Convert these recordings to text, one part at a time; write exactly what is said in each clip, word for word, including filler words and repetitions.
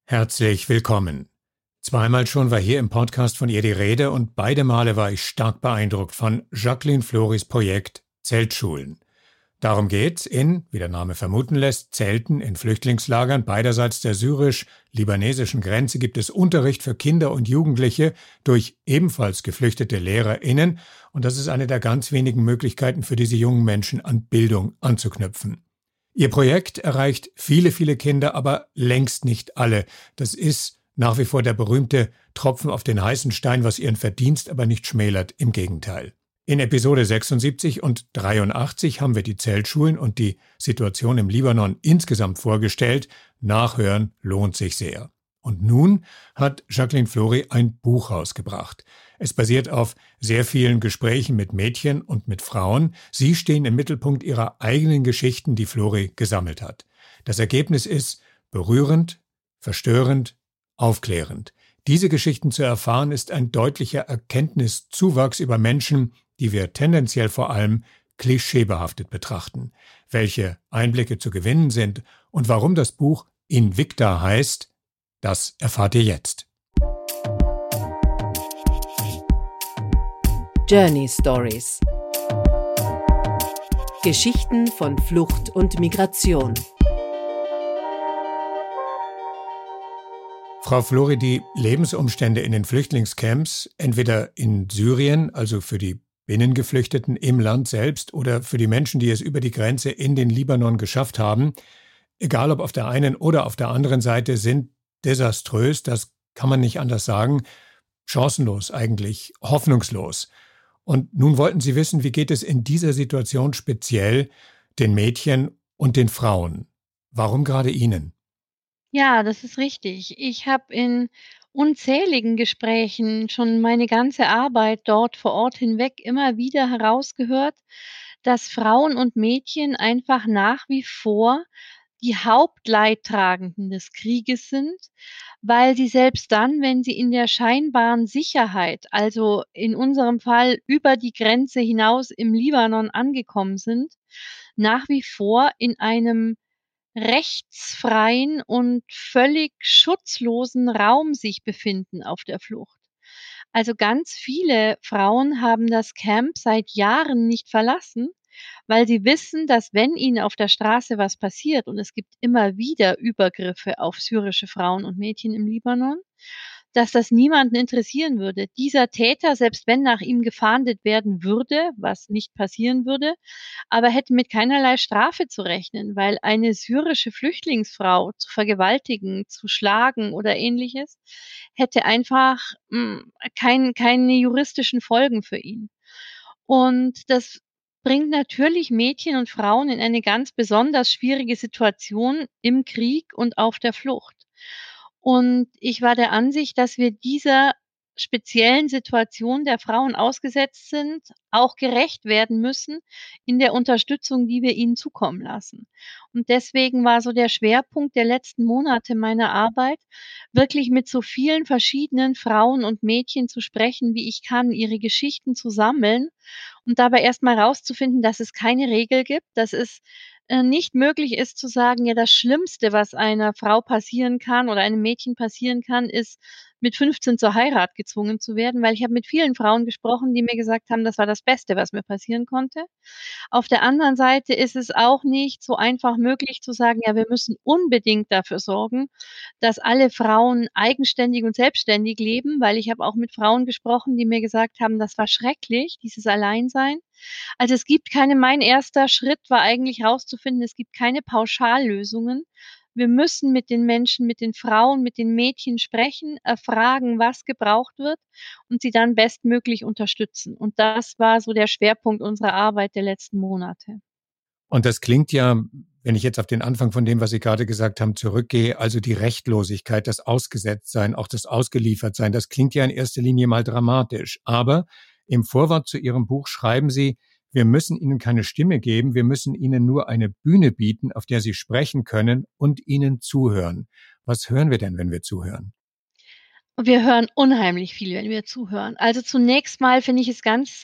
Herzlich willkommen. Zweimal schon war hier im Podcast von ihr die Rede und beide Male war ich stark beeindruckt von Jacqueline Florys Projekt Zeltschulen. Darum geht's in, wie der Name vermuten lässt, Zelten in Flüchtlingslagern beiderseits der syrisch-libanesischen Grenze gibt es Unterricht für Kinder und Jugendliche durch ebenfalls geflüchtete LehrerInnen und das ist eine der ganz wenigen Möglichkeiten für diese jungen Menschen an Bildung anzuknüpfen. Ihr Projekt erreicht viele, viele Kinder, aber längst nicht alle. Das ist nach wie vor der berühmte Tropfen auf den heißen Stein, was ihren Verdienst aber nicht schmälert, im Gegenteil. In Episode sechsundsiebzig und dreiundachtzig haben wir die Zeltschulen und die Situation im Libanon insgesamt vorgestellt. Nachhören lohnt sich sehr. Und nun hat Jacqueline Flory ein Buch rausgebracht. Es basiert auf sehr vielen Gesprächen mit Mädchen und mit Frauen. Sie stehen im Mittelpunkt ihrer eigenen Geschichten, die Flory gesammelt hat. Das Ergebnis ist berührend, verstörend, aufklärend. Diese Geschichten zu erfahren, ist ein deutlicher Erkenntniszuwachs über Menschen, die wir tendenziell vor allem klischeebehaftet betrachten. Welche Einblicke zu gewinnen sind und warum das Buch Invicta heißt, das erfahrt ihr jetzt. Journey Stories. Geschichten von Flucht und Migration. Frau Flory, die Lebensumstände in den Flüchtlingscamps, entweder in Syrien, also für die Binnengeflüchteten im Land selbst, oder für die Menschen, die es über die Grenze in den Libanon geschafft haben, egal ob auf der einen oder auf der anderen Seite, sind desaströs, das kann man nicht anders sagen, chancenlos eigentlich, hoffnungslos. Und nun wollten Sie wissen, wie geht es in dieser Situation speziell den Mädchen und den Frauen? Warum gerade Ihnen? Ja, das ist richtig. Ich habe in unzähligen Gesprächen schon meine ganze Arbeit dort vor Ort hinweg immer wieder herausgehört, dass Frauen und Mädchen einfach nach wie vor die Hauptleidtragenden des Krieges sind, weil sie selbst dann, wenn sie in der scheinbaren Sicherheit, also in unserem Fall über die Grenze hinaus im Libanon angekommen sind, nach wie vor in einem rechtsfreien und völlig schutzlosen Raum sich befinden auf der Flucht. Also ganz viele Frauen haben das Camp seit Jahren nicht verlassen, weil sie wissen, dass wenn ihnen auf der Straße was passiert, und es gibt immer wieder Übergriffe auf syrische Frauen und Mädchen im Libanon, dass das niemanden interessieren würde. Dieser Täter, selbst wenn nach ihm gefahndet werden würde, was nicht passieren würde, aber hätte mit keinerlei Strafe zu rechnen, weil eine syrische Flüchtlingsfrau zu vergewaltigen, zu schlagen oder Ähnliches, hätte einfach hm, kein, keine juristischen Folgen für ihn. Und das bringt natürlich Mädchen und Frauen in eine ganz besonders schwierige Situation im Krieg und auf der Flucht. Und ich war der Ansicht, dass wir dieser speziellen Situation der Frauen ausgesetzt sind, auch gerecht werden müssen in der Unterstützung, die wir ihnen zukommen lassen. Und deswegen war so der Schwerpunkt der letzten Monate meiner Arbeit, wirklich mit so vielen verschiedenen Frauen und Mädchen zu sprechen, wie ich kann, ihre Geschichten zu sammeln und dabei erst mal rauszufinden, dass es keine Regel gibt, dass es äh, nicht möglich ist zu sagen, ja, das Schlimmste, was einer Frau passieren kann oder einem Mädchen passieren kann, ist, mit fünfzehn zur Heirat gezwungen zu werden, weil ich habe mit vielen Frauen gesprochen, die mir gesagt haben, das war das Beste, was mir passieren konnte. Auf der anderen Seite ist es auch nicht so einfach möglich zu sagen, ja, wir müssen unbedingt dafür sorgen, dass alle Frauen eigenständig und selbstständig leben, weil ich habe auch mit Frauen gesprochen, die mir gesagt haben, das war schrecklich, dieses Alleinsein. Also, es gibt keine mein erster Schritt war eigentlich rauszufinden, es gibt keine Pauschallösungen. Wir müssen mit den Menschen, mit den Frauen, mit den Mädchen sprechen, erfragen, was gebraucht wird und sie dann bestmöglich unterstützen. Und das war so der Schwerpunkt unserer Arbeit der letzten Monate. Und das klingt ja, wenn ich jetzt auf den Anfang von dem, was Sie gerade gesagt haben, zurückgehe, also die Rechtlosigkeit, das Ausgesetztsein, auch das Ausgeliefertsein, das klingt ja in erster Linie mal dramatisch. Aber im Vorwort zu Ihrem Buch schreiben Sie, wir müssen ihnen keine Stimme geben, wir müssen ihnen nur eine Bühne bieten, auf der sie sprechen können und ihnen zuhören. Was hören wir denn, wenn wir zuhören? Wir hören unheimlich viel, wenn wir zuhören. Also, zunächst mal finde ich es ganz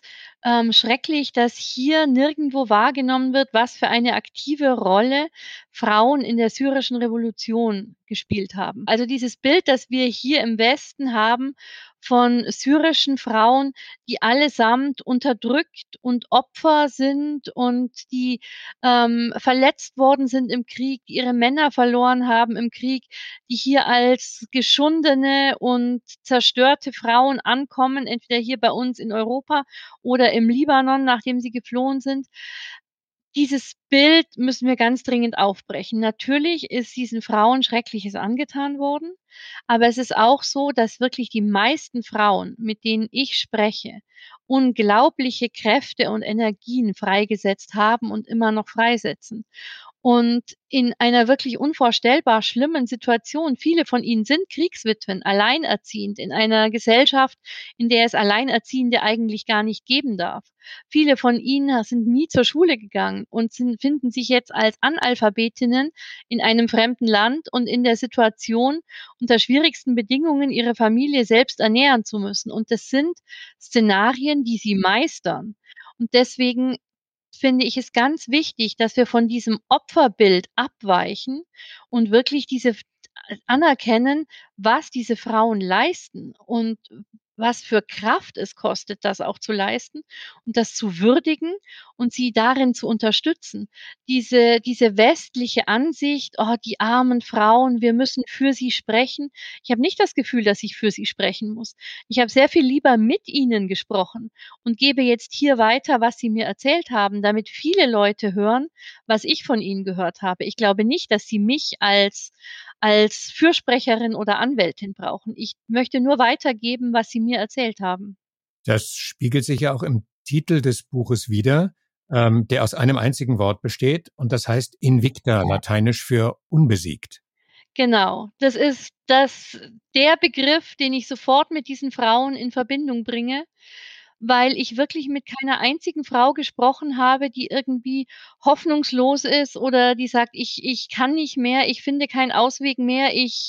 ähm, schrecklich, dass hier nirgendwo wahrgenommen wird, was für eine aktive Rolle Frauen in der syrischen Revolution gespielt haben. Also dieses Bild, das wir hier im Westen haben von syrischen Frauen, die allesamt unterdrückt und Opfer sind und die ähm, verletzt worden sind im Krieg, die ihre Männer verloren haben im Krieg, die hier als geschundene und zerstörte Frauen ankommen, entweder hier bei uns in Europa oder im Libanon, nachdem sie geflohen sind. Dieses Bild müssen wir ganz dringend aufbrechen. Natürlich ist diesen Frauen Schreckliches angetan worden, aber es ist auch so, dass wirklich die meisten Frauen, mit denen ich spreche, unglaubliche Kräfte und Energien freigesetzt haben und immer noch freisetzen. Und in einer wirklich unvorstellbar schlimmen Situation, viele von ihnen sind Kriegswitwen, alleinerziehend in einer Gesellschaft, in der es Alleinerziehende eigentlich gar nicht geben darf. Viele von ihnen sind nie zur Schule gegangen und sind, finden sich jetzt als Analphabetinnen in einem fremden Land und in der Situation, unter schwierigsten Bedingungen ihre Familie selbst ernähren zu müssen. Und das sind Szenarien, die sie meistern. Und deswegen finde ich es ganz wichtig, dass wir von diesem Opferbild abweichen und wirklich diese anerkennen, was diese Frauen leisten und was für Kraft es kostet, das auch zu leisten und das zu würdigen und sie darin zu unterstützen. Diese diese westliche Ansicht: „Oh, die armen Frauen, wir müssen für sie sprechen.“ Ich habe nicht das Gefühl, dass ich für sie sprechen muss. Ich habe sehr viel lieber mit ihnen gesprochen und gebe jetzt hier weiter, was sie mir erzählt haben, damit viele Leute hören, was ich von ihnen gehört habe. Ich glaube nicht, dass sie mich als als Fürsprecherin oder Anwältin brauchen. Ich möchte nur weitergeben, was sie mir erzählt haben. Das spiegelt sich ja auch im Titel des Buches wider, ähm, der aus einem einzigen Wort besteht und das heißt Invicta, lateinisch für unbesiegt. Genau, das ist das der Begriff, den ich sofort mit diesen Frauen in Verbindung bringe, weil ich wirklich mit keiner einzigen Frau gesprochen habe, die irgendwie hoffnungslos ist oder die sagt: „Ich ich kann nicht mehr, ich finde keinen Ausweg mehr, ich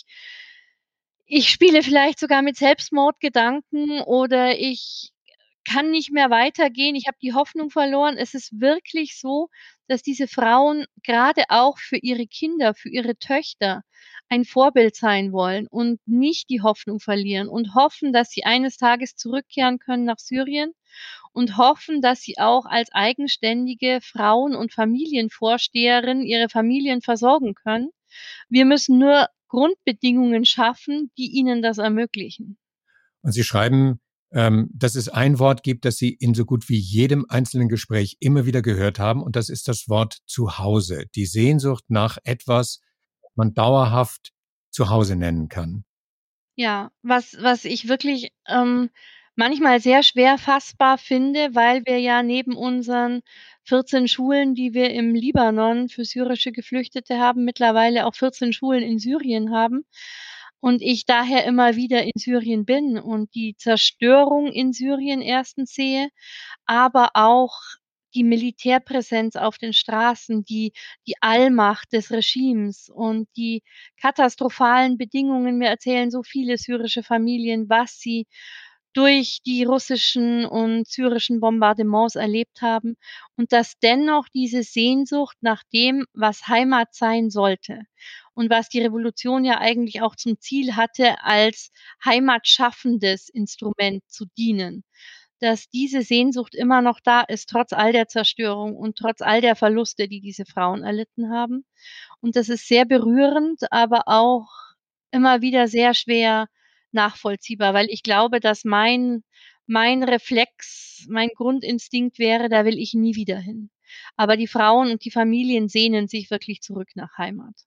ich spiele vielleicht sogar mit Selbstmordgedanken oder ich kann nicht mehr weitergehen, ich habe die Hoffnung verloren.“ Es ist wirklich so, dass diese Frauen grade auch für ihre Kinder, für ihre Töchter ein Vorbild sein wollen und nicht die Hoffnung verlieren und hoffen, dass sie eines Tages zurückkehren können nach Syrien und hoffen, dass sie auch als eigenständige Frauen und Familienvorsteherin ihre Familien versorgen können. Wir müssen nur Grundbedingungen schaffen, die ihnen das ermöglichen. Und Sie schreiben, ähm, dass es ein Wort gibt, das Sie in so gut wie jedem einzelnen Gespräch immer wieder gehört haben, und das ist das Wort Zuhause. Die Sehnsucht nach etwas, das man dauerhaft Zuhause nennen kann. Ja, was was ich wirklich, ähm, manchmal sehr schwer fassbar finde, weil wir ja neben unseren vierzehn Schulen, die wir im Libanon für syrische Geflüchtete haben, mittlerweile auch vierzehn Schulen in Syrien haben und ich daher immer wieder in Syrien bin und die Zerstörung in Syrien erstens sehe, aber auch die Militärpräsenz auf den Straßen, die die Allmacht des Regimes und die katastrophalen Bedingungen. Mir erzählen so viele syrische Familien, was sie durch die russischen und syrischen Bombardements erlebt haben und dass dennoch diese Sehnsucht nach dem, was Heimat sein sollte und was die Revolution ja eigentlich auch zum Ziel hatte, als heimatschaffendes Instrument zu dienen, dass diese Sehnsucht immer noch da ist, trotz all der Zerstörung und trotz all der Verluste, die diese Frauen erlitten haben. Und das ist sehr berührend, aber auch immer wieder sehr schwer nachvollziehbar, weil ich glaube, dass mein mein Reflex, mein Grundinstinkt wäre, da will ich nie wieder hin. Aber die Frauen und die Familien sehnen sich wirklich zurück nach Heimat.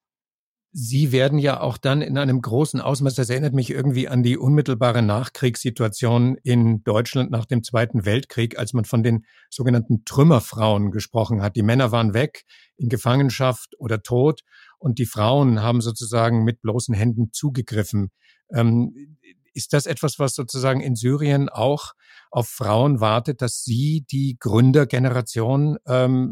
Sie werden ja auch dann in einem großen Ausmaß, das erinnert mich irgendwie an die unmittelbare Nachkriegssituation in Deutschland nach dem Zweiten Weltkrieg, als man von den sogenannten Trümmerfrauen gesprochen hat. Die Männer waren weg, in Gefangenschaft oder tot, und die Frauen haben sozusagen mit bloßen Händen zugegriffen. Ähm, ist das etwas, was sozusagen in Syrien auch auf Frauen wartet, dass sie die Gründergeneration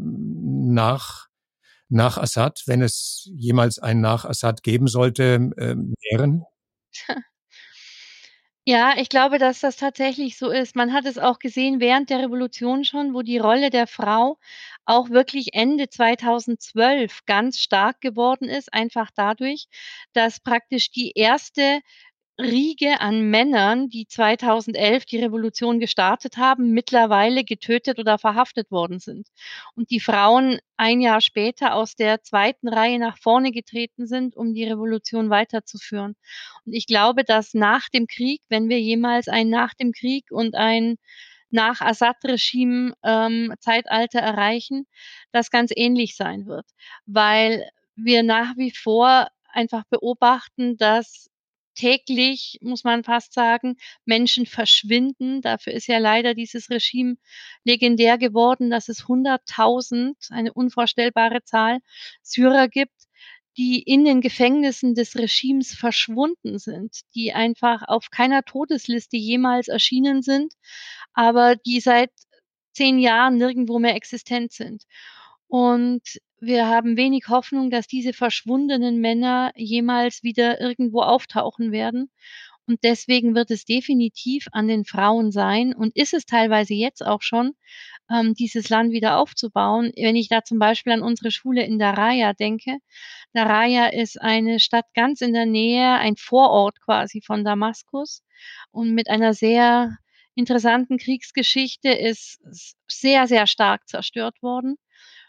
ähm, nach nach Assad, wenn es jemals ein nach Assad geben sollte, ähm, wären? Ja, ich glaube, dass das tatsächlich so ist. Man hat es auch gesehen während der Revolution schon, wo die Rolle der Frau auch wirklich Ende zweitausendzwölf ganz stark geworden ist, einfach dadurch, dass praktisch die erste Riege an Männern, die zweitausendelf die Revolution gestartet haben, mittlerweile getötet oder verhaftet worden sind. Und die Frauen ein Jahr später aus der zweiten Reihe nach vorne getreten sind, um die Revolution weiterzuführen. Und ich glaube, dass nach dem Krieg, wenn wir jemals ein nach dem Krieg und ein nach Assad-Regime ähm, Zeitalter erreichen, das ganz ähnlich sein wird, weil wir nach wie vor einfach beobachten, dass täglich, muss man fast sagen, Menschen verschwinden. Dafür ist ja leider dieses Regime legendär geworden, dass es hunderttausend, eine unvorstellbare Zahl, Syrer gibt, die in den Gefängnissen des Regimes verschwunden sind, die einfach auf keiner Todesliste jemals erschienen sind, aber die seit zehn Jahren nirgendwo mehr existent sind. Und wir haben wenig Hoffnung, dass diese verschwundenen Männer jemals wieder irgendwo auftauchen werden. Und deswegen wird es definitiv an den Frauen sein und ist es teilweise jetzt auch schon, ähm, dieses Land wieder aufzubauen. Wenn ich da zum Beispiel an unsere Schule in Daraya denke. Daraya ist eine Stadt ganz in der Nähe, ein Vorort quasi von Damaskus und mit einer sehr interessanten Kriegsgeschichte, ist s sehr, sehr stark zerstört worden.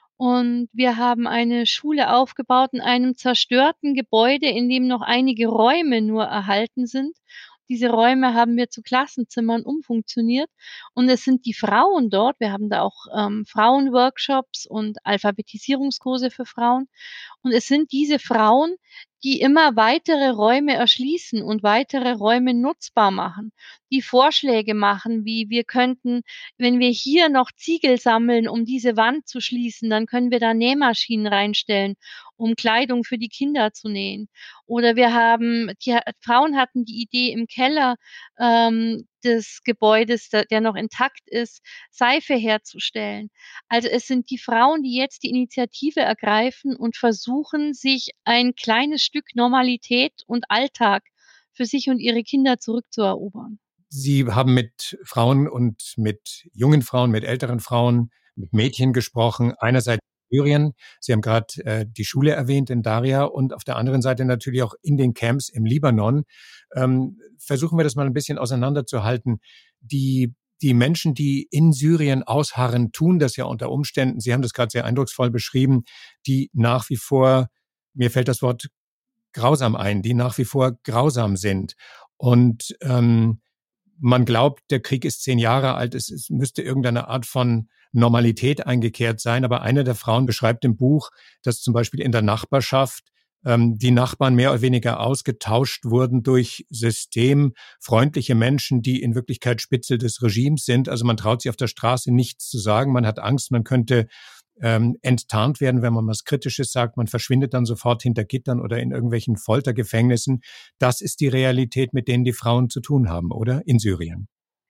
Und wir haben eine Schule aufgebaut in einem zerstörten Gebäude, in dem noch einige Räume nur erhalten sind. Diese Räume haben wir zu Klassenzimmern umfunktioniert und es sind die Frauen dort, wir haben da auch, ähm, Frauenworkshops und Alphabetisierungskurse für Frauen. Und es sind diese Frauen, die immer weitere Räume erschließen und weitere Räume nutzbar machen, die Vorschläge machen, wie wir könnten, wenn wir hier noch Ziegel sammeln, um diese Wand zu schließen, dann können wir da Nähmaschinen reinstellen, um Kleidung für die Kinder zu nähen. Oder wir haben die ha Frauen hatten die Idee im Keller, ähm, des Gebäudes, der der noch intakt ist, Seife herzustellen. Also, es sind die Frauen, die jetzt die Initiative ergreifen und versuchen, sich ein kleines Stück Normalität und Alltag für sich und ihre Kinder zurückzuerobern. Sie haben mit Frauen und mit jungen Frauen, mit älteren Frauen, mit Mädchen gesprochen. Einerseits in Syrien, Sie haben gerade äh, die Schule erwähnt in Daria und auf der anderen Seite natürlich auch in den Camps im Libanon. Ähm, versuchen wir das mal ein bisschen auseinanderzuhalten. Die die Menschen, die in Syrien ausharren, tun das ja unter Umständen, Sie haben das gerade sehr eindrucksvoll beschrieben, die nach wie vor, mir fällt das Wort grausam ein, die nach wie vor grausam sind. Und ähm, man glaubt, der Krieg ist zehn Jahre alt, es, es müsste irgendeine Art von Normalität eingekehrt sein. Aber eine der Frauen beschreibt im Buch, dass zum Beispiel in der Nachbarschaft ähm, die Nachbarn mehr oder weniger ausgetauscht wurden durch systemfreundliche Menschen, die in Wirklichkeit Spitzel des Regimes sind. Also man traut sich auf der Straße nichts zu sagen, man hat Angst, man könnte ähm, enttarnt werden, wenn man was Kritisches sagt. Man verschwindet dann sofort hinter Gittern oder in irgendwelchen Foltergefängnissen. Das ist die Realität, mit denen die Frauen zu tun haben, oder? In Syrien.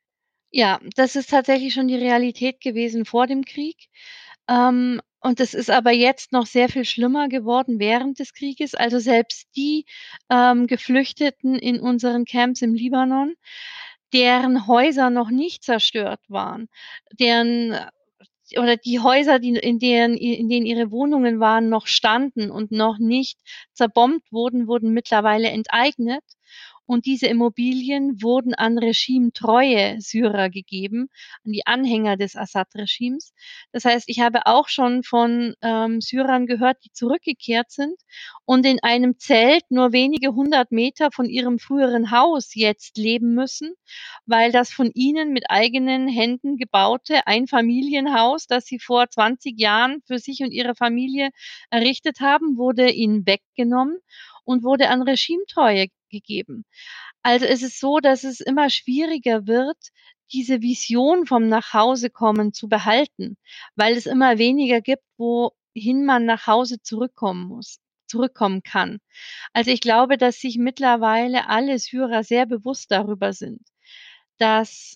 Ja, das ist tatsächlich schon die Realität gewesen vor dem Krieg. Ähm, und es ist aber jetzt noch sehr viel schlimmer geworden während des Krieges. Also selbst die, ähm, Geflüchteten in unseren Camps im Libanon, deren Häuser noch nicht zerstört waren, deren oder die Häuser, die in deren in denen ihre Wohnungen waren, noch standen und noch nicht zerbombt wurden, wurden mittlerweile enteignet. Und diese Immobilien wurden an regimetreue Syrer gegeben, an die Anhänger des Assad-Regimes. Das heißt, ich habe auch schon von, ähm, Syrern gehört, die zurückgekehrt sind und in einem Zelt nur wenige hundert Meter von ihrem früheren Haus jetzt leben müssen, weil das von ihnen mit eigenen Händen gebaute Einfamilienhaus, das sie vor zwanzig Jahren für sich und ihre Familie errichtet haben, wurde ihnen weggenommen und wurde an Regimetreue gegeben. Also, es ist so, dass es immer schwieriger wird, diese Vision vom Nachhausekommen zu behalten, weil es immer weniger gibt, wohin man nach Hause zurückkommen muss zurückkommen kann. Also, ich glaube, dass sich mittlerweile alle Syrer sehr bewusst darüber sind, dass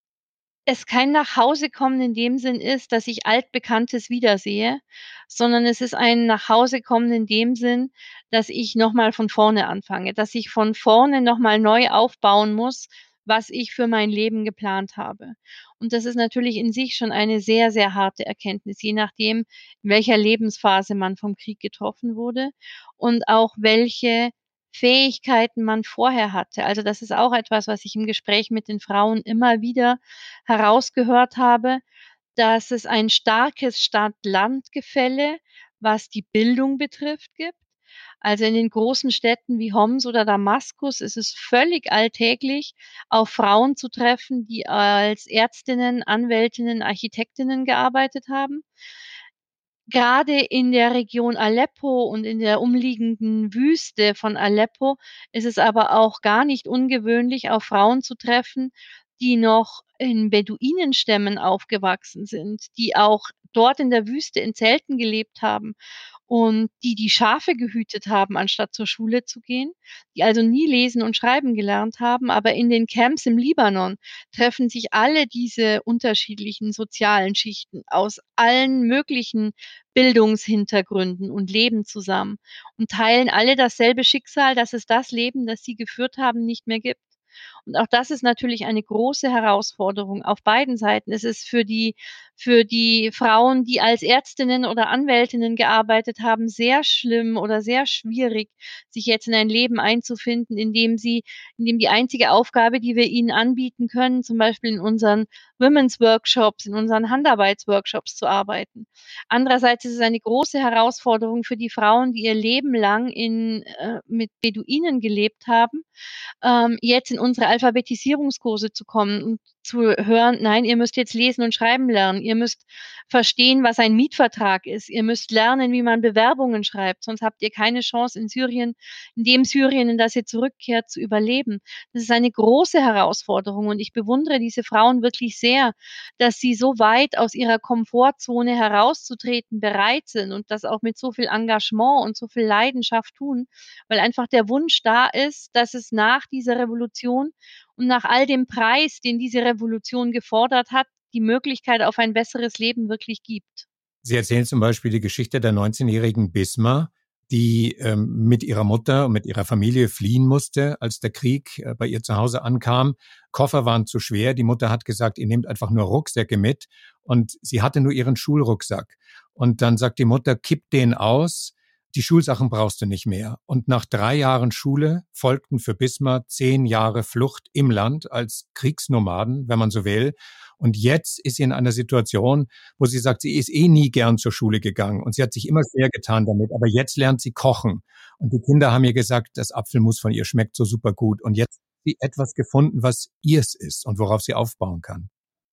es kein Nachhausekommen in dem Sinn ist, dass ich Altbekanntes wiedersehe, sondern es ist ein Nachhausekommen in dem Sinn, dass ich noch mal von vorne anfange, dass ich von vorne noch mal neu aufbauen muss, was ich für mein Leben geplant habe. Und das ist natürlich in sich schon eine sehr, sehr harte Erkenntnis, je nachdem, in welcher Lebensphase man vom Krieg getroffen wurde und auch welche Fähigkeiten man vorher hatte. Also, das ist auch etwas, was ich im Gespräch mit den Frauen immer wieder herausgehört habe, dass es ein starkes Stadt-Land-Gefälle, was die Bildung betrifft, gibt. Also, in den großen Städten wie Homs oder Damaskus ist es völlig alltäglich, auf Frauen zu treffen, die als Ärztinnen, Anwältinnen, Architektinnen gearbeitet haben. Grade in der Region Aleppo und in der umliegenden Wüste von Aleppo ist es aber auch gar nicht ungewöhnlich, auf Frauen zu treffen, die noch in Beduinenstämmen aufgewachsen sind, die auch dort in der Wüste in Zelten gelebt haben und die die Schafe gehütet haben, anstatt zur Schule zu gehen, die also nie lesen und schreiben gelernt haben. Aber in den Camps im Libanon treffen sich alle diese unterschiedlichen sozialen Schichten aus allen möglichen Bildungshintergründen und leben zusammen und teilen alle dasselbe Schicksal, dass es das Leben, das sie geführt haben, nicht mehr gibt. Und auch das ist natürlich eine große Herausforderung auf beiden Seiten. Es ist für die für die Frauen, die als Ärztinnen oder Anwältinnen gearbeitet haben, sehr schlimm oder sehr schwierig, sich jetzt in ein Leben einzufinden, in dem sie in dem die einzige Aufgabe, die wir ihnen anbieten können, zum Beispiel in unseren Women's Workshops, in unseren Handarbeitsworkshops zu arbeiten. Andererseits ist es eine große Herausforderung für die Frauen, die ihr Leben lang in äh, mit Beduinen gelebt haben, ähm, jetzt in unsere Alphabetisierungskurse zu kommen und zu hören: „Nein, ihr müsst jetzt lesen und schreiben lernen. Ihr müsst verstehen, was ein Mietvertrag ist. Ihr müsst lernen, wie man Bewerbungen schreibt, sonst habt ihr keine Chance in Syrien in dem Syrien, in das ihr zurückkehrt, zu überleben." Das ist eine große Herausforderung und ich bewundere diese Frauen wirklich sehr, dass sie so weit aus ihrer Komfortzone herauszutreten bereit sind und das auch mit so viel Engagement und so viel Leidenschaft tun, weil einfach der Wunsch da ist, dass es nach dieser Revolution und nach all dem Preis, den diese Revolution gefordert hat, die Möglichkeit auf ein besseres Leben wirklich gibt. Sie erzählen zum Beispiel die Geschichte der neunzehnjährigen Bisma, die ähm, mit ihrer Mutter und mit ihrer Familie fliehen musste, als der Krieg äh, bei ihr zu Hause ankam. Koffer waren zu schwer. Die Mutter hat gesagt, ihr nehmt einfach nur Rucksäcke mit. Und sie hatte nur ihren Schulrucksack. Und dann sagt die Mutter, kipp den aus. Die Schulsachen brauchst du nicht mehr. Und nach drei Jahren Schule folgten für Bisma zehn Jahre Flucht im Land als Kriegsnomaden, wenn man so will. Und jetzt ist sie in einer Situation, wo sie sagt, sie ist eh nie gern zur Schule gegangen und sie hat sich immer schwer getan damit. Aber jetzt lernt sie kochen. Und die Kinder haben ihr gesagt, das Apfelmus von ihr schmeckt so super gut. Und jetzt hat sie etwas gefunden, was ihrs ist und worauf sie aufbauen kann.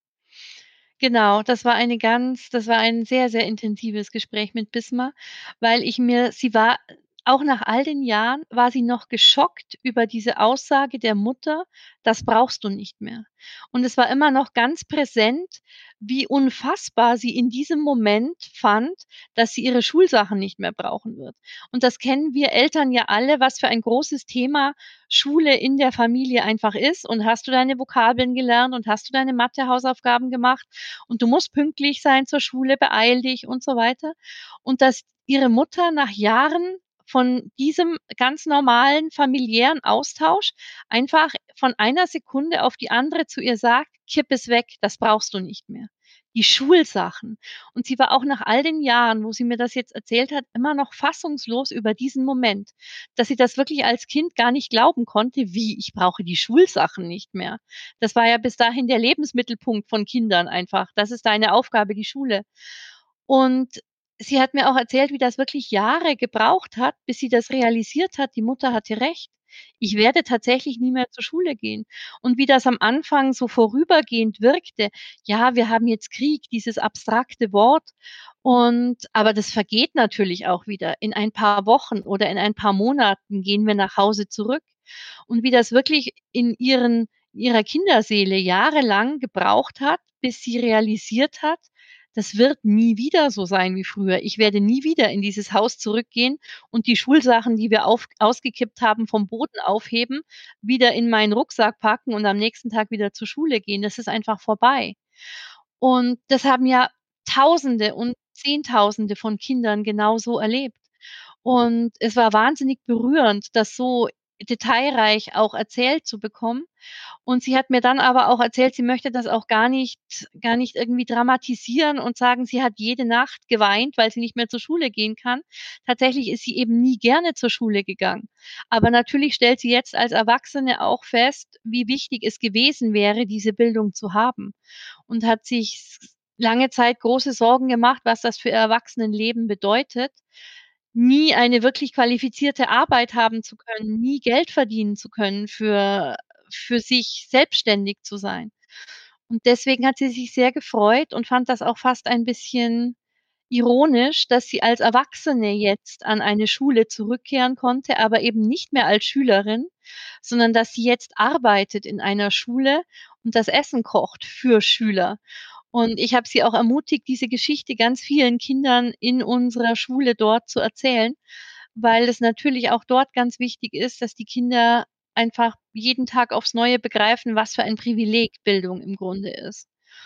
Genau, das war eine ganz das war ein sehr, sehr intensives Gespräch mit Bisma, weil ich mir sie war auch nach all den Jahren war sie noch geschockt über diese Aussage der Mutter: „Das brauchst du nicht mehr." Und es war immer noch ganz präsent, wie unfassbar sie in diesem Moment fand, dass sie ihre Schulsachen nicht mehr brauchen wird. Und das kennen wir Eltern ja alle, was für ein großes Thema Schule in der Familie einfach ist. Und hast du deine Vokabeln gelernt und hast du deine Mathe-Hausaufgaben gemacht und du musst pünktlich sein zur Schule, beeil dich und so weiter. Und dass ihre Mutter nach Jahren von diesem ganz normalen familiären Austausch einfach von einer Sekunde auf die andere zu ihr sagt: „Kipp es weg, das brauchst du nicht mehr." Die Schulsachen. Und sie war auch nach all den Jahren, wo sie mir das jetzt erzählt hat, immer noch fassungslos über diesen Moment, dass sie das wirklich als Kind gar nicht glauben konnte: „Wie, ich brauche die Schulsachen nicht mehr?" Das war ja bis dahin der Lebensmittelpunkt von Kindern einfach. Das ist deine Aufgabe, die Schule. Und sie hat mir auch erzählt, wie das wirklich Jahre gebraucht hat, bis sie das realisiert hat, die Mutter hatte recht. Ich werde tatsächlich nie mehr zur Schule gehen. Und wie das am Anfang so vorübergehend wirkte: „Ja, wir haben jetzt Krieg", dieses abstrakte Wort. Und aber das vergeht natürlich auch wieder. In ein paar Wochen oder in ein paar Monaten gehen wir nach Hause zurück. Und wie das wirklich in ihren in ihrer Kinderseele jahrelang gebraucht hat, bis sie realisiert hat: „Das wird nie wieder so sein wie früher. Ich werde nie wieder in dieses Haus zurückgehen und die Schulsachen, die wir auf ausgekippt haben, vom Boden aufheben, wieder in meinen Rucksack packen und am nächsten Tag wieder zur Schule gehen. Das ist einfach vorbei." Und das haben ja Tausende und Zehntausende von Kindern genauso erlebt. Und es war wahnsinnig berührend, das so detailreich auch erzählt zu bekommen. Und sie hat mir dann aber auch erzählt, sie möchte das auch gar nicht gar nicht irgendwie dramatisieren und sagen, sie hat jede Nacht geweint, weil sie nicht mehr zur Schule gehen kann. Tatsächlich ist sie eben nie gerne zur Schule gegangen. Aber natürlich stellt sie jetzt als Erwachsene auch fest, wie wichtig es gewesen wäre, diese Bildung zu haben, und hat sich lange Zeit große Sorgen gemacht, was das für ihr Erwachsenenleben bedeutet, nie eine wirklich qualifizierte Arbeit haben zu können, nie Geld verdienen zu können, für für sich selbstständig zu sein. Und deswegen hat sie sich sehr gefreut und fand das auch fast ein bisschen ironisch, dass sie als Erwachsene jetzt an eine Schule zurückkehren konnte, aber eben nicht mehr als Schülerin, sondern dass sie jetzt arbeitet in einer Schule und das Essen kocht für Schüler. Und ich habe sie auch ermutigt, diese Geschichte ganz vielen Kindern in unserer Schule dort zu erzählen, weil es natürlich auch dort ganz wichtig ist, dass die Kinder einfach jeden Tag aufs Neue begreifen, was für ein Privileg Bildung im Grunde ist.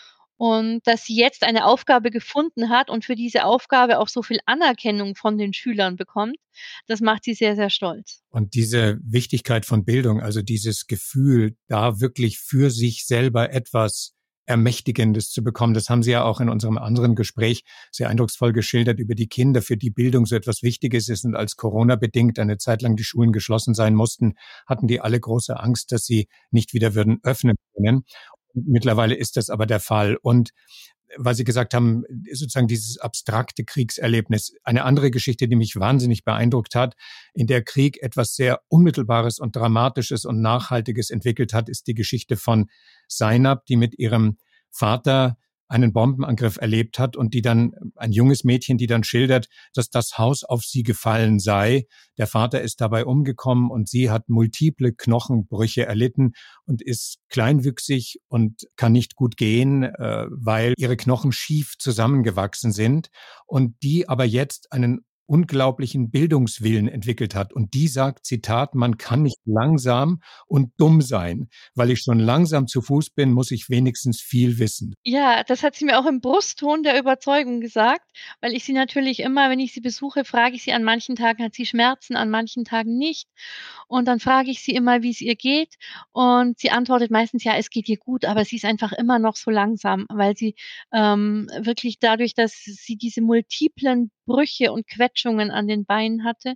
Und dass sie jetzt eine Aufgabe gefunden hat und für diese Aufgabe auch so viel Anerkennung von den Schülern bekommt, das macht sie sehr, sehr stolz. Und diese Wichtigkeit von Bildung, also dieses Gefühl, da wirklich für sich selber etwas Ermächtigendes zu bekommen, das haben Sie ja auch in unserem anderen Gespräch sehr eindrucksvoll geschildert über die Kinder, für die Bildung so etwas Wichtiges ist. Und als Corona-bedingt eine Zeit lang die Schulen geschlossen sein mussten, hatten die alle große Angst, dass sie nicht wieder würden öffnen können. Mittlerweile ist das aber der Fall. Und weil Sie gesagt haben, sozusagen dieses abstrakte Kriegserlebnis. Eine andere Geschichte, die mich wahnsinnig beeindruckt hat, in der Krieg etwas sehr Unmittelbares und Dramatisches und Nachhaltiges entwickelt hat, ist die Geschichte von Zainab, die mit ihrem Vater einen Bombenangriff erlebt hat und die dann, ein junges Mädchen, die dann schildert, dass das Haus auf sie gefallen sei. Der Vater ist dabei umgekommen und sie hat multiple Knochenbrüche erlitten und ist kleinwüchsig und kann nicht gut gehen, äh, weil ihre Knochen schief zusammengewachsen sind und die aber jetzt einen unglaublichen Bildungswillen entwickelt hat. Und die sagt, Zitat, man kann nicht langsam und dumm sein. Weil ich schon langsam zu Fuß bin, muss ich wenigstens viel wissen. Ja, das hat sie mir auch im Brustton der Überzeugung gesagt, weil ich sie natürlich immer, wenn ich sie besuche, frage ich sie, an manchen Tagen hat sie Schmerzen, an manchen Tagen nicht. Und dann frage ich sie immer, wie es ihr geht. Und sie antwortet meistens, ja, es geht ihr gut, aber sie ist einfach immer noch so langsam, weil sie ähm, wirklich dadurch, dass sie diese multiplen Brüche und Quetschungen an den Beinen hatte,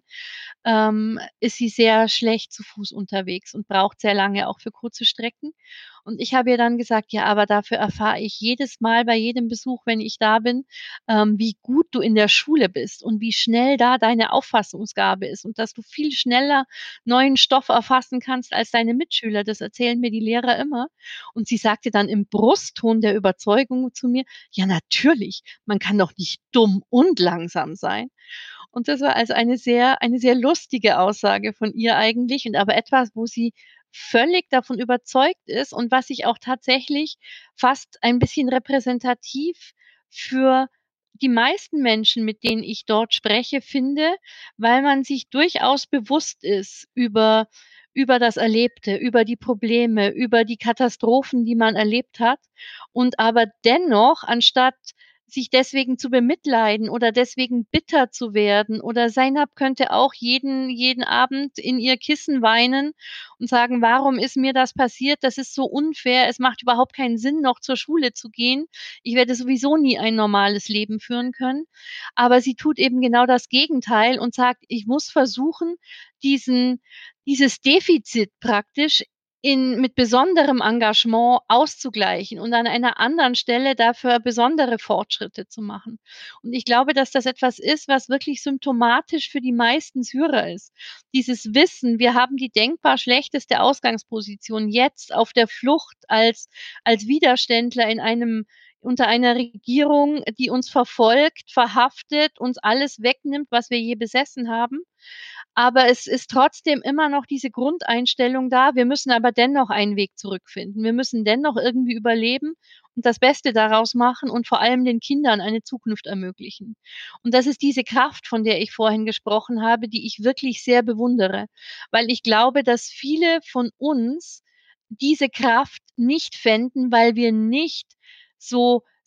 ähm, ist sie sehr schlecht zu Fuß unterwegs und braucht sehr lange auch für kurze Strecken. Und ich habe ihr dann gesagt, ja, aber dafür erfahre ich jedes Mal bei jedem Besuch, wenn ich da bin, ähm, wie gut du in der Schule bist und wie schnell da deine Auffassungsgabe ist und dass du viel schneller neuen Stoff erfassen kannst als deine Mitschüler. Das erzählen mir die Lehrer immer. Und sie sagte dann im Brustton der Überzeugung zu mir, ja, natürlich, man kann doch nicht dumm und langsam sein. Und das war also eine sehr eine sehr lustige Aussage von ihr eigentlich und aber etwas, wo sie völlig davon überzeugt ist und was ich auch tatsächlich fast ein bisschen repräsentativ für die meisten Menschen, mit denen ich dort spreche, finde, weil man sich durchaus bewusst ist über über das Erlebte, über die Probleme, über die Katastrophen, die man erlebt hat und aber dennoch, anstatt sich deswegen zu bemitleiden oder deswegen bitter zu werden oder Zainab könnte auch jeden jeden Abend in ihr Kissen weinen und sagen: „Warum ist mir das passiert? Das ist so unfair. Es macht überhaupt keinen Sinn, noch zur Schule zu gehen. Ich werde sowieso nie ein normales Leben führen können.“ Aber sie tut eben genau das Gegenteil und sagt: „Ich muss versuchen, diesen dieses Defizit praktisch in mit besonderem Engagement auszugleichen und an einer anderen Stelle dafür besondere Fortschritte zu machen.“ Und ich glaube, dass das etwas ist, was wirklich symptomatisch für die meisten Syrer ist. Dieses Wissen, wir haben die denkbar schlechteste Ausgangsposition jetzt auf der Flucht als als Widerständler in einem unter einer Regierung, die uns verfolgt, verhaftet, uns alles wegnimmt, was wir je besessen haben. Aber es ist trotzdem immer noch diese Grundeinstellung da, wir müssen aber dennoch einen Weg zurückfinden. Wir müssen dennoch irgendwie überleben und das Beste daraus machen und vor allem den Kindern eine Zukunft ermöglichen. Und das ist diese Kraft, von der ich vorhin gesprochen habe, die ich wirklich sehr bewundere, weil ich glaube, dass viele von uns diese Kraft nicht fänden, weil wir nicht so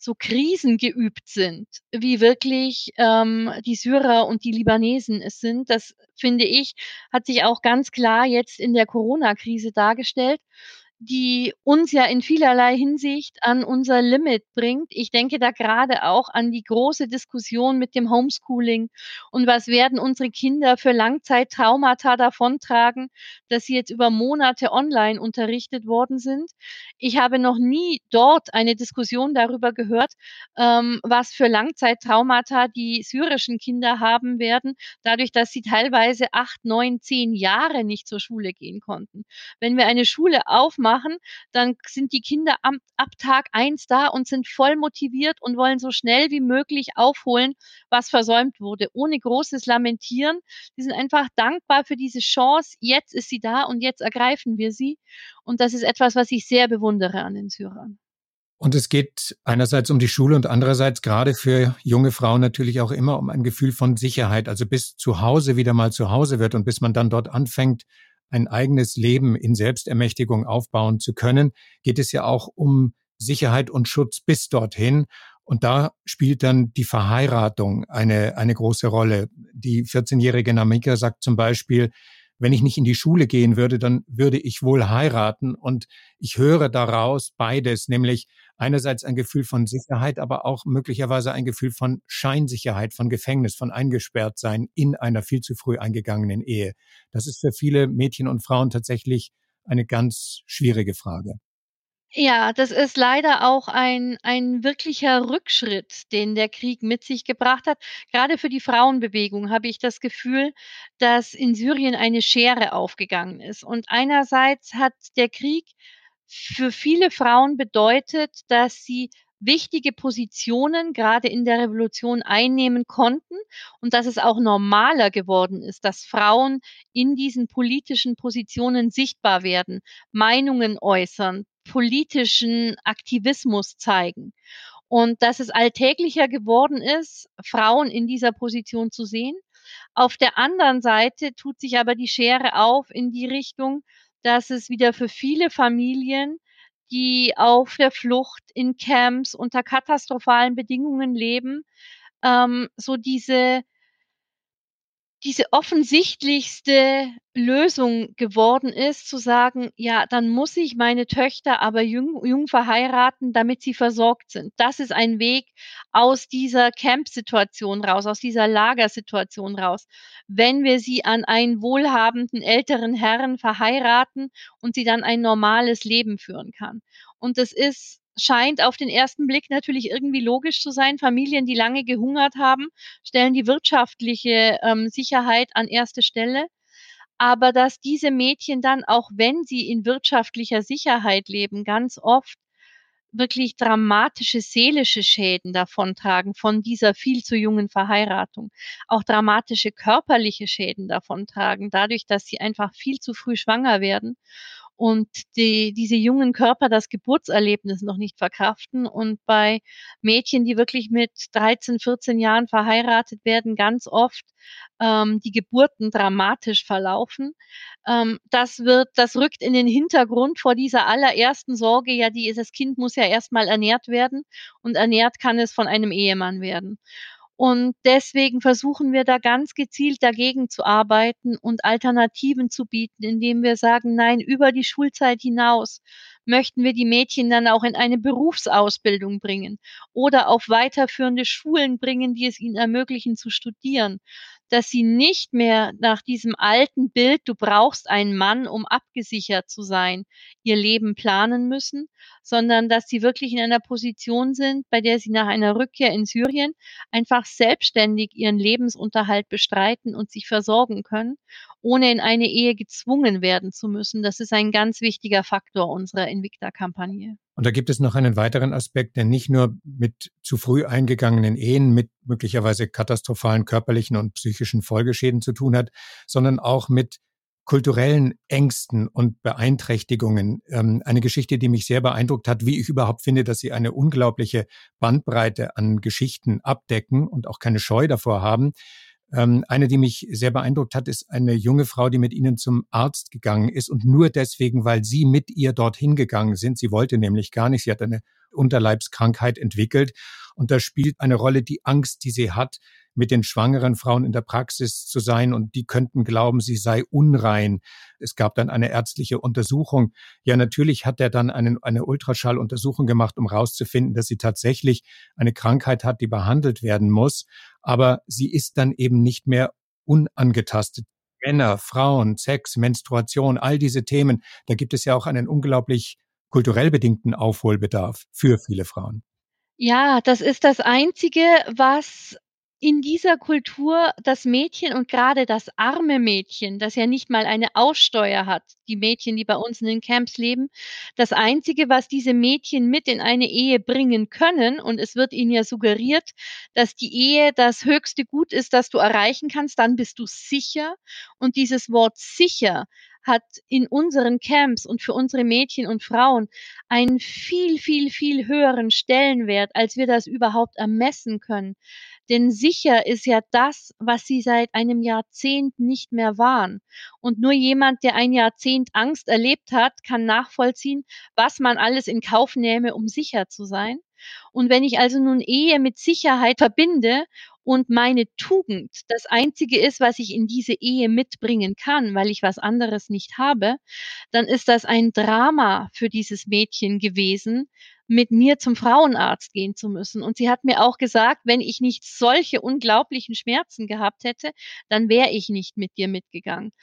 so krisengeübt sind, wie wirklich ähm, die Syrer und die Libanesen es sind. Das, finde ich, hat sich auch ganz klar jetzt in der Corona-Krise dargestellt, die uns ja in vielerlei Hinsicht an unser Limit bringt. Ich denke da gerade auch an die große Diskussion mit dem Homeschooling und was werden unsere Kinder für Langzeittraumata davontragen, dass sie jetzt über Monate online unterrichtet worden sind. Ich habe noch nie dort eine Diskussion darüber gehört, ähm, was für Langzeittraumata die syrischen Kinder haben werden, dadurch, dass sie teilweise acht, neun, zehn Jahre nicht zur Schule gehen konnten. Wenn wir eine Schule aufmachen, dann sind die Kinder am, ab Tag eins da und sind voll motiviert und wollen so schnell wie möglich aufholen, was versäumt wurde, ohne großes Lamentieren. Die sind einfach dankbar für diese Chance. Jetzt ist sie da und jetzt ergreifen wir sie. Und das ist etwas, was ich sehr bewundere an den Syrern. Und es geht einerseits um die Schule und andererseits gerade für junge Frauen natürlich auch immer um ein Gefühl von Sicherheit. Also bis zu Hause wieder mal zu Hause wird und bis man dann dort anfängt, ein eigenes Leben in Selbstermächtigung aufbauen zu können, geht es ja auch um Sicherheit und Schutz bis dorthin. Und da spielt dann die Verheiratung eine, eine große Rolle. Die vierzehnjährige Namika sagt zum Beispiel, wenn ich nicht in die Schule gehen würde, dann würde ich wohl heiraten. Und ich höre daraus beides, nämlich einerseits ein Gefühl von Sicherheit, aber auch möglicherweise ein Gefühl von Scheinsicherheit, von Gefängnis, von Eingesperrtsein in einer viel zu früh eingegangenen Ehe. Das ist für viele Mädchen und Frauen tatsächlich eine ganz schwierige Frage. Ja, das ist leider auch ein ein wirklicher Rückschritt, den der Krieg mit sich gebracht hat. Gerade für die Frauenbewegung habe ich das Gefühl, dass in Syrien eine Schere aufgegangen ist. Und einerseits hat der Krieg für viele Frauen bedeutet, dass sie wichtige Positionen gerade in der Revolution einnehmen konnten und dass es auch normaler geworden ist, dass Frauen in diesen politischen Positionen sichtbar werden, Meinungen äußern, politischen Aktivismus zeigen und dass es alltäglicher geworden ist, Frauen in dieser Position zu sehen. Auf der anderen Seite tut sich aber die Schere auf in die Richtung, dass es wieder für viele Familien, die auf der Flucht in Camps unter katastrophalen Bedingungen leben, ähm, so diese diese offensichtlichste Lösung geworden ist, zu sagen: „Ja, dann muss ich meine Töchter aber jung jung verheiraten, damit sie versorgt sind.“ Das ist ein Weg aus dieser Camp-Situation raus, aus dieser Lagersituation raus. Wenn wir sie an einen wohlhabenden älteren Herrn verheiraten und sie dann ein normales Leben führen kann. Und das ist scheint auf den ersten Blick natürlich irgendwie logisch zu sein. Familien, die lange gehungert haben, stellen die wirtschaftliche ähm, Sicherheit an erste Stelle. Aber dass diese Mädchen dann, auch wenn sie in wirtschaftlicher Sicherheit leben, ganz oft wirklich dramatische seelische Schäden davontragen von dieser viel zu jungen Verheiratung. Auch dramatische körperliche Schäden davontragen, dadurch, dass sie einfach viel zu früh schwanger werden und die, diese jungen Körper das Geburtserlebnis noch nicht verkraften. Und bei Mädchen, die wirklich mit dreizehn, vierzehn Jahren verheiratet werden, ganz oft ähm, die Geburten dramatisch verlaufen. Ähm, das wird, das rückt in den Hintergrund vor dieser allerersten Sorge, ja, die, das Kind muss ja erstmal ernährt werden und ernährt kann es von einem Ehemann werden. Und deswegen versuchen wir da ganz gezielt dagegen zu arbeiten und Alternativen zu bieten, indem wir sagen, nein, über die Schulzeit hinaus möchten wir die Mädchen dann auch in eine Berufsausbildung bringen oder auf weiterführende Schulen bringen, die es ihnen ermöglichen zu studieren, dass sie nicht mehr nach diesem alten Bild, du brauchst einen Mann, um abgesichert zu sein, ihr Leben planen müssen, sondern dass sie wirklich in einer Position sind, bei der sie nach einer Rückkehr in Syrien einfach selbstständig ihren Lebensunterhalt bestreiten und sich versorgen können, ohne in eine Ehe gezwungen werden zu müssen. Das ist ein ganz wichtiger Faktor unserer Invicta-Kampagne. Und da gibt es noch einen weiteren Aspekt, der nicht nur mit zu früh eingegangenen Ehen, mit möglicherweise katastrophalen körperlichen und psychischen Folgeschäden zu tun hat, sondern auch mit kulturellen Ängsten und Beeinträchtigungen. Ähm, eine Geschichte, die mich sehr beeindruckt hat, wie ich überhaupt finde, dass sie eine unglaubliche Bandbreite an Geschichten abdecken und auch keine Scheu davor haben. Ähm, eine, die mich sehr beeindruckt hat, ist eine junge Frau, die mit ihnen zum Arzt gegangen ist und nur deswegen, weil sie mit ihr dorthin gegangen sind. Sie wollte nämlich gar nicht. Sie hat eine Unterleibskrankheit entwickelt. Und da spielt eine Rolle die Angst, die sie hat, mit den schwangeren Frauen in der Praxis zu sein, und die könnten glauben, sie sei unrein. Es gab dann eine ärztliche Untersuchung. Ja, natürlich hat er dann eine, eine Ultraschalluntersuchung gemacht, um herauszufinden, dass sie tatsächlich eine Krankheit hat, die behandelt werden muss. Aber sie ist dann eben nicht mehr unangetastet. Männer, Frauen, Sex, Menstruation, all diese Themen, da gibt es ja auch einen unglaublich kulturell bedingten Aufholbedarf für viele Frauen. Ja, das ist das Einzige, was in dieser Kultur das Mädchen und gerade das arme Mädchen, das ja nicht mal eine Aussteuer hat, die Mädchen, die bei uns in den Camps leben, das Einzige, was diese Mädchen mit in eine Ehe bringen können, und es wird ihnen ja suggeriert, dass die Ehe das höchste Gut ist, das du erreichen kannst, dann bist du sicher. Und dieses Wort sicher hat in unseren Camps und für unsere Mädchen und Frauen einen viel, viel, viel höheren Stellenwert, als wir das überhaupt ermessen können. Denn sicher ist ja das, was sie seit einem Jahrzehnt nicht mehr waren. Und nur jemand, der ein Jahrzehnt Angst erlebt hat, kann nachvollziehen, was man alles in Kauf nähme, um sicher zu sein. Und wenn ich also nun Ehe mit Sicherheit verbinde und meine Tugend das Einzige ist, was ich in diese Ehe mitbringen kann, weil ich was anderes nicht habe, dann ist das ein Drama für dieses Mädchen gewesen, mit mir zum Frauenarzt gehen zu müssen. Und sie hat mir auch gesagt, wenn ich nicht solche unglaublichen Schmerzen gehabt hätte, dann wäre ich nicht mit dir mitgegangen.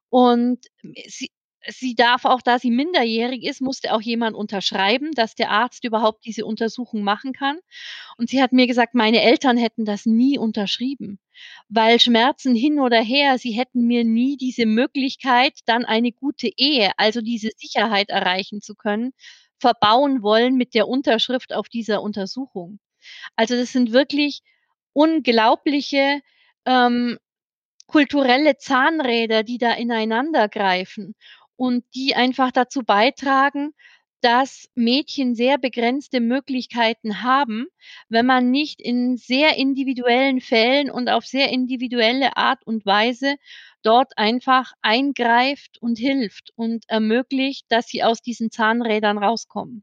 Und sie sie darf auch, da sie minderjährig ist, musste auch jemand unterschreiben, dass der Arzt überhaupt diese Untersuchung machen kann. Und sie hat mir gesagt, meine Eltern hätten das nie unterschrieben, weil Schmerzen hin oder her, sie hätten mir nie diese Möglichkeit, dann eine gute Ehe, also diese Sicherheit erreichen zu können, verbauen wollen mit der Unterschrift auf dieser Untersuchung. Also, das sind wirklich unglaubliche, ähm, kulturelle Zahnräder, die da ineinandergreifen und die einfach dazu beitragen, dass Mädchen sehr begrenzte Möglichkeiten haben, wenn man nicht in sehr individuellen Fällen und auf sehr individuelle Art und Weise dort einfach eingreift und hilft und ermöglicht, dass sie aus diesen Zahnrädern rauskommen.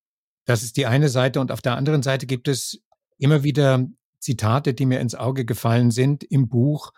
Das ist die eine Seite, und auf der anderen Seite gibt es immer wieder Zitate, die mir ins Auge gefallen sind im Buch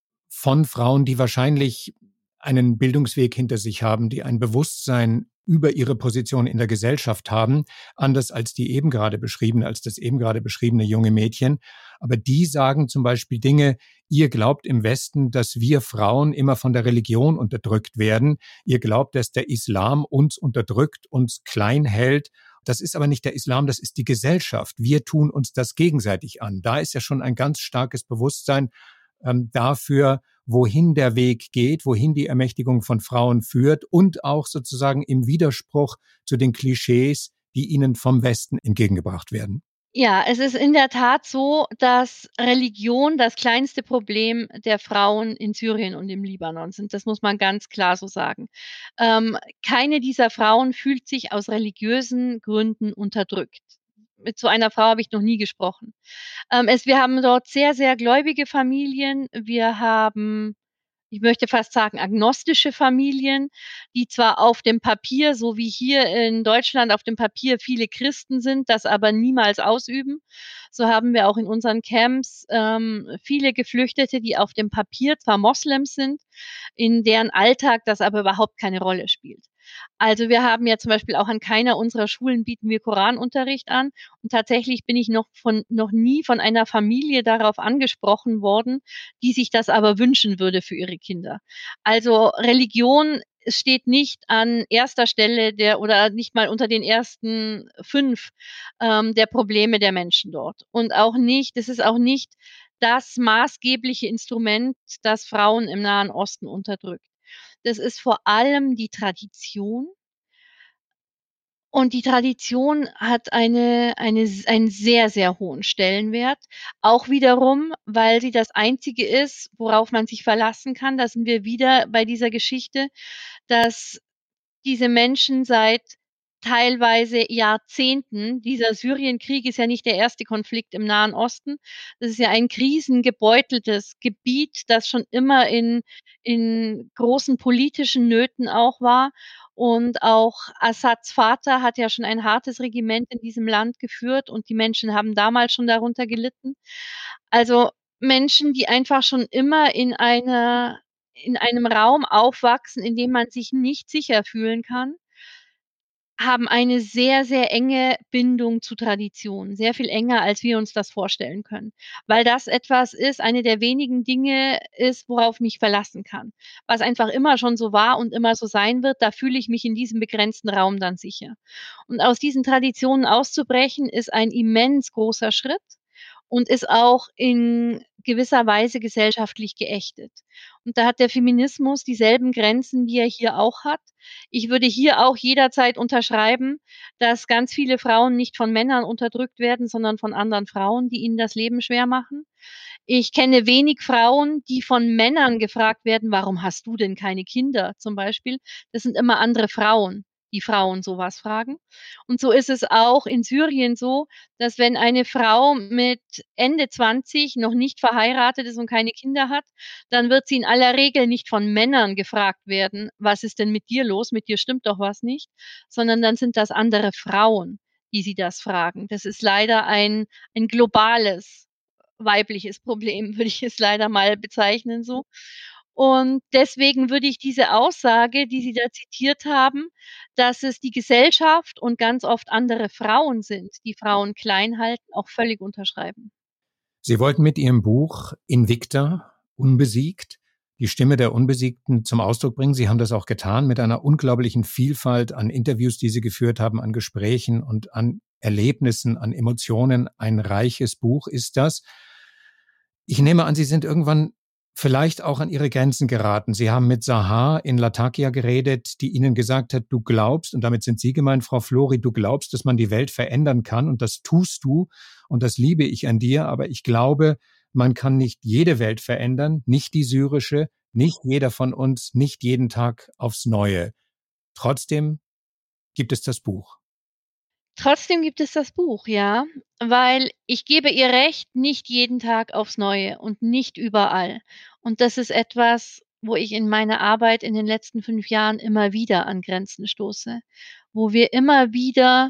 von Frauen, die wahrscheinlich einen Bildungsweg hinter sich haben, die ein Bewusstsein über ihre Position in der Gesellschaft haben, anders als die eben gerade beschriebene, als das eben gerade beschriebene junge Mädchen. Aber die sagen zum Beispiel Dinge: Ihr glaubt im Westen, dass wir Frauen immer von der Religion unterdrückt werden. Ihr glaubt, dass der Islam uns unterdrückt, uns klein hält. Das ist aber nicht der Islam, das ist die Gesellschaft. Wir tun uns das gegenseitig an. Da ist ja schon ein ganz starkes Bewusstsein ähm, dafür, wohin der Weg geht, wohin die Ermächtigung von Frauen führt, und auch sozusagen im Widerspruch zu den Klischees, die ihnen vom Westen entgegengebracht werden. Ja, es ist in der Tat so, dass Religion das kleinste Problem der Frauen in Syrien und im Libanon sind. Das muss man ganz klar so sagen. Ähm, keine dieser Frauen fühlt sich aus religiösen Gründen unterdrückt. Mit so einer Frau habe ich noch nie gesprochen. Ähm, es wir haben dort sehr, sehr gläubige Familien. Wir haben, ich möchte fast sagen, agnostische Familien, die zwar auf dem Papier, so wie hier in Deutschland auf dem Papier viele Christen sind, das aber niemals ausüben. So haben wir auch in unseren Camps ähm, viele Geflüchtete, die auf dem Papier zwar Moslems sind, in deren Alltag das aber überhaupt keine Rolle spielt. Also, wir haben ja zum Beispiel auch an keiner unserer Schulen bieten wir Koranunterricht an, und tatsächlich bin ich noch von noch nie von einer Familie darauf angesprochen worden, die sich das aber wünschen würde für ihre Kinder. Also, Religion steht nicht an erster Stelle der, oder nicht mal unter den ersten fünf ähm, der Probleme der Menschen dort. Und auch nicht, es ist auch nicht das maßgebliche Instrument, das Frauen im Nahen Osten unterdrückt. Das ist vor allem die Tradition. Und die Tradition hat eine eine s einen sehr, sehr hohen Stellenwert. Auch wiederum, weil sie das Einzige ist, worauf man sich verlassen kann. Da sind wir wieder bei dieser Geschichte, dass diese Menschen seit teilweise Jahrzehnten, dieser Syrienkrieg ist ja nicht der erste Konflikt im Nahen Osten. Das ist ja ein krisengebeuteltes Gebiet, das schon immer in in großen politischen Nöten auch war. Und auch Assads Vater hat ja schon ein hartes Regiment in diesem Land geführt und die Menschen haben damals schon darunter gelitten. Also, Menschen, die einfach schon immer in einer in einem Raum aufwachsen, in dem man sich nicht sicher fühlen kann haben eine sehr, sehr enge Bindung zu Tradition, sehr viel enger, als wir uns das vorstellen können, weil das etwas ist eine der wenigen Dinge ist, worauf ich mich verlassen kann. Was einfach immer schon so war und immer so sein wird, da fühle ich mich in diesem begrenzten Raum dann sicher. Und aus diesen Traditionen auszubrechen, ist ein immens großer Schritt und ist auch in gewisser Weise gesellschaftlich geächtet. Und da hat der Feminismus dieselben Grenzen, die er hier auch hat. Ich würde hier auch jederzeit unterschreiben, dass ganz viele Frauen nicht von Männern unterdrückt werden, sondern von anderen Frauen, die ihnen das Leben schwer machen. Ich kenne wenig Frauen, die von Männern gefragt werden: „Warum hast du denn keine Kinder?“ zum Beispiel. Das sind immer andere Frauen, die Frauen so was fragen. Und so ist es auch in Syrien so, dass wenn eine Frau mit Ende zwanzig noch nicht verheiratet ist und keine Kinder hat, dann wird sie in aller Regel nicht von Männern gefragt werden: „Was ist denn mit dir los? Mit dir stimmt doch was nicht“, sondern dann sind das andere Frauen, die sie das fragen. Das ist leider ein ein globales weibliches Problem, würde ich es leider mal bezeichnen so. Und deswegen würde ich diese Aussage, die Sie da zitiert haben, dass es die Gesellschaft und ganz oft andere Frauen sind, die Frauen klein halten, auch völlig unterschreiben. Sie wollten mit Ihrem Buch Invicta, unbesiegt, die Stimme der Unbesiegten zum Ausdruck bringen. Sie haben das auch getan mit einer unglaublichen Vielfalt an Interviews, die Sie geführt haben, an Gesprächen und an Erlebnissen, an Emotionen. Ein reiches Buch ist das. Ich nehme an, Sie sind irgendwann vielleicht auch an Ihre Grenzen geraten. Sie haben mit Sahar in Latakia geredet, die Ihnen gesagt hat, du glaubst, und damit sind Sie gemeint, Frau Flori, du glaubst, dass man die Welt verändern kann und das tust du und das liebe ich an dir, aber ich glaube, man kann nicht jede Welt verändern, nicht die syrische, nicht jeder von uns, nicht jeden Tag aufs Neue. Trotzdem gibt es das Buch. Trotzdem gibt es das Buch, ja, weil ich gebe ihr recht, nicht jeden Tag aufs Neue und nicht überall. Und das ist etwas, wo ich in meiner Arbeit in den letzten fünf Jahren immer wieder an Grenzen stoße, wo wir immer wieder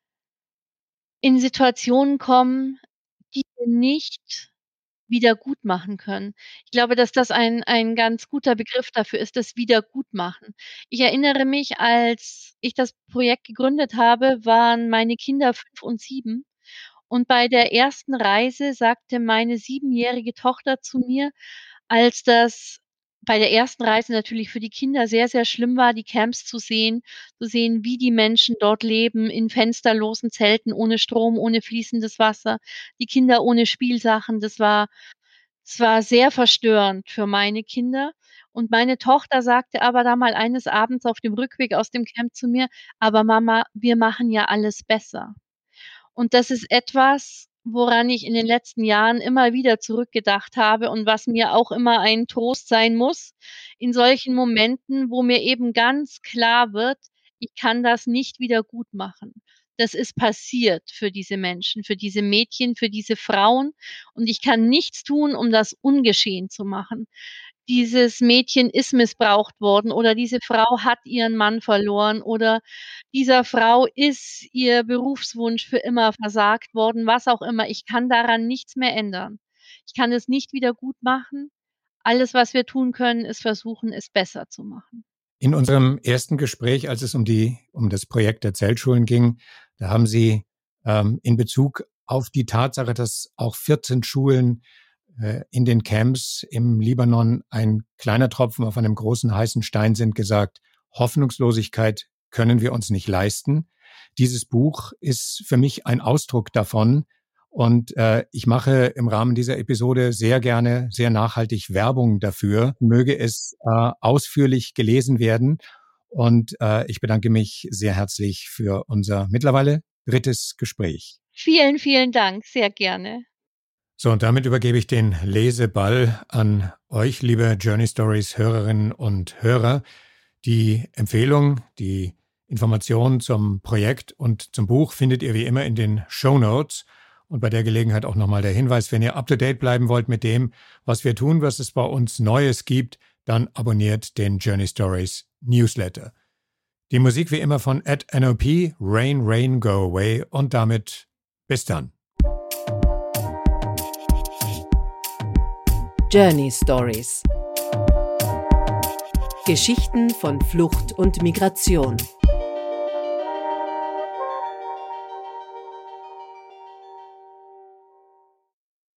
in Situationen kommen, die wir nicht wiedergutmachen können. Ich glaube, dass das ein ein ganz guter Begriff dafür ist, das Wiedergutmachen. Ich erinnere mich, als ich das Projekt gegründet habe, waren meine Kinder fünf und sieben und bei der ersten Reise sagte meine siebenjährige Tochter zu mir, als das bei der ersten Reise natürlich für die Kinder sehr, sehr schlimm war, die Camps zu sehen, zu sehen, wie die Menschen dort leben, in fensterlosen Zelten, ohne Strom, ohne fließendes Wasser, die Kinder ohne Spielsachen. Das war es war sehr verstörend für meine Kinder. Und meine Tochter sagte aber da mal eines Abends auf dem Rückweg aus dem Camp zu mir: „Aber Mama, wir machen ja alles besser.“ Und das ist etwas, woran ich in den letzten Jahren immer wieder zurückgedacht habe und was mir auch immer ein Trost sein muss in solchen Momenten, wo mir eben ganz klar wird, ich kann das nicht wiedergutmachen. Das ist passiert für diese Menschen, für diese Mädchen, für diese Frauen und ich kann nichts tun, um das ungeschehen zu machen. Dieses Mädchen ist missbraucht worden oder diese Frau hat ihren Mann verloren oder dieser Frau ist ihr Berufswunsch für immer versagt worden, was auch immer. Ich kann daran nichts mehr ändern. Ich kann es nicht wiedergutmachen. Alles, was wir tun können, ist versuchen, es besser zu machen. In unserem ersten Gespräch, als es um die um das Projekt der Zeltschulen ging, da haben Sie ähm, in Bezug auf die Tatsache, dass auch vierzehn Schulen äh, in den Camps im Libanon ein kleiner Tropfen auf einem großen heißen Stein sind, gesagt, Hoffnungslosigkeit können wir uns nicht leisten. Dieses Buch ist für mich ein Ausdruck davon. Und äh, ich mache im Rahmen dieser Episode sehr gerne, sehr nachhaltig Werbung dafür. Möge es äh, ausführlich gelesen werden. Und äh, ich bedanke mich sehr herzlich für unser mittlerweile drittes Gespräch. Vielen, vielen Dank, sehr gerne. So, und damit übergebe ich den Leseball an euch, liebe Journey Stories Hörerinnen und Hörer. Die Empfehlung, die Informationen zum Projekt und zum Buch findet ihr wie immer in den Shownotes. Und bei der Gelegenheit auch nochmal der Hinweis, wenn ihr up-to-date bleiben wollt mit dem, was wir tun, was es bei uns Neues gibt, dann abonniert den Journey Stories Newsletter. Die Musik wie immer von Ed N O P, Rain, Rain, Go Away und damit bis dann. Journey Stories. Geschichten von Flucht und Migration.